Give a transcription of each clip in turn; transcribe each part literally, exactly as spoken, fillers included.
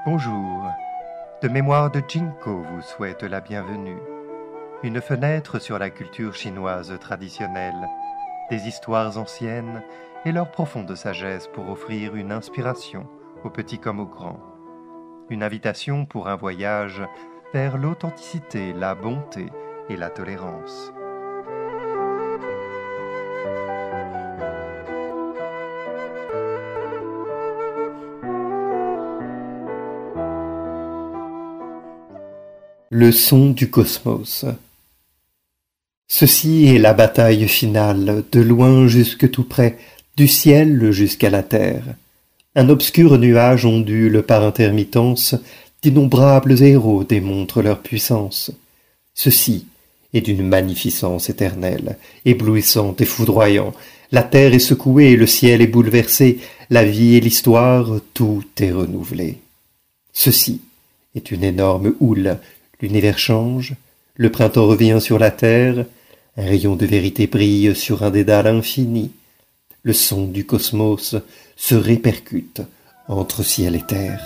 Bonjour, de Mémoire de Jinko vous souhaite la bienvenue. Une fenêtre sur la culture chinoise traditionnelle, des histoires anciennes et leur profonde sagesse pour offrir une inspiration aux petits comme aux grands. Une invitation pour un voyage vers l'authenticité, la bonté et la tolérance. Le son du cosmos. Ceci est la bataille finale, de loin jusque tout près, du ciel jusqu'à la terre. Un obscur nuage ondule par intermittence, d'innombrables héros démontrent leur puissance. Ceci est d'une magnificence éternelle, éblouissante et foudroyant. La terre est secouée et le ciel est bouleversé, la vie et l'histoire, tout est renouvelé. Ceci est une énorme houle. L'univers change, le printemps revient sur la terre, un rayon de vérité brille sur un dédale infini. Le son du cosmos se répercute entre ciel et terre.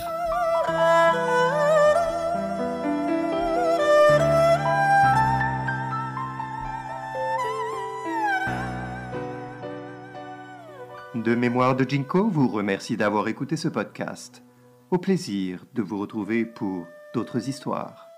De Mémoire de Jinko vous remercie d'avoir écouté ce podcast. Au plaisir de vous retrouver pour d'autres histoires.